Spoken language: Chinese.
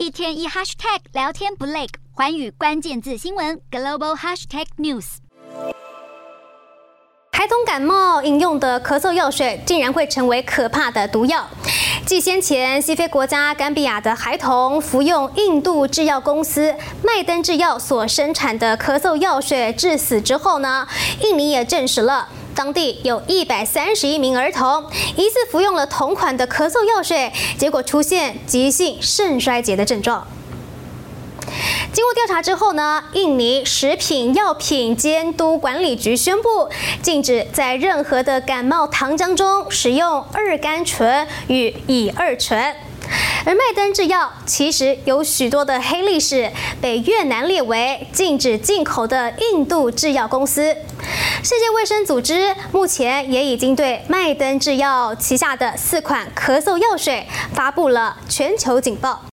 一天一 hashtag 聊天不累，寰宇关键字新闻 global hashtag news。 孩童感冒饮用的咳嗽药水竟然会成为可怕的毒药。继先前西非国家甘比亚的孩童服用印度制药公司麦登制药所生产的咳嗽药水致死之后呢，印尼也证实了。当地有131名儿童疑似服用了同款的咳嗽药水，结果出现急性肾衰竭的症状。经过调查之后呢，印尼食品药品监督管理局宣布，禁止在任何的感冒糖浆中使用二甘醇与乙二醇。而麦登制药其实有许多的黑历史，被越南列为禁止进口的印度制药公司。世界卫生组织目前也已经对麦登制药旗下的4款咳嗽药水发布了全球警报。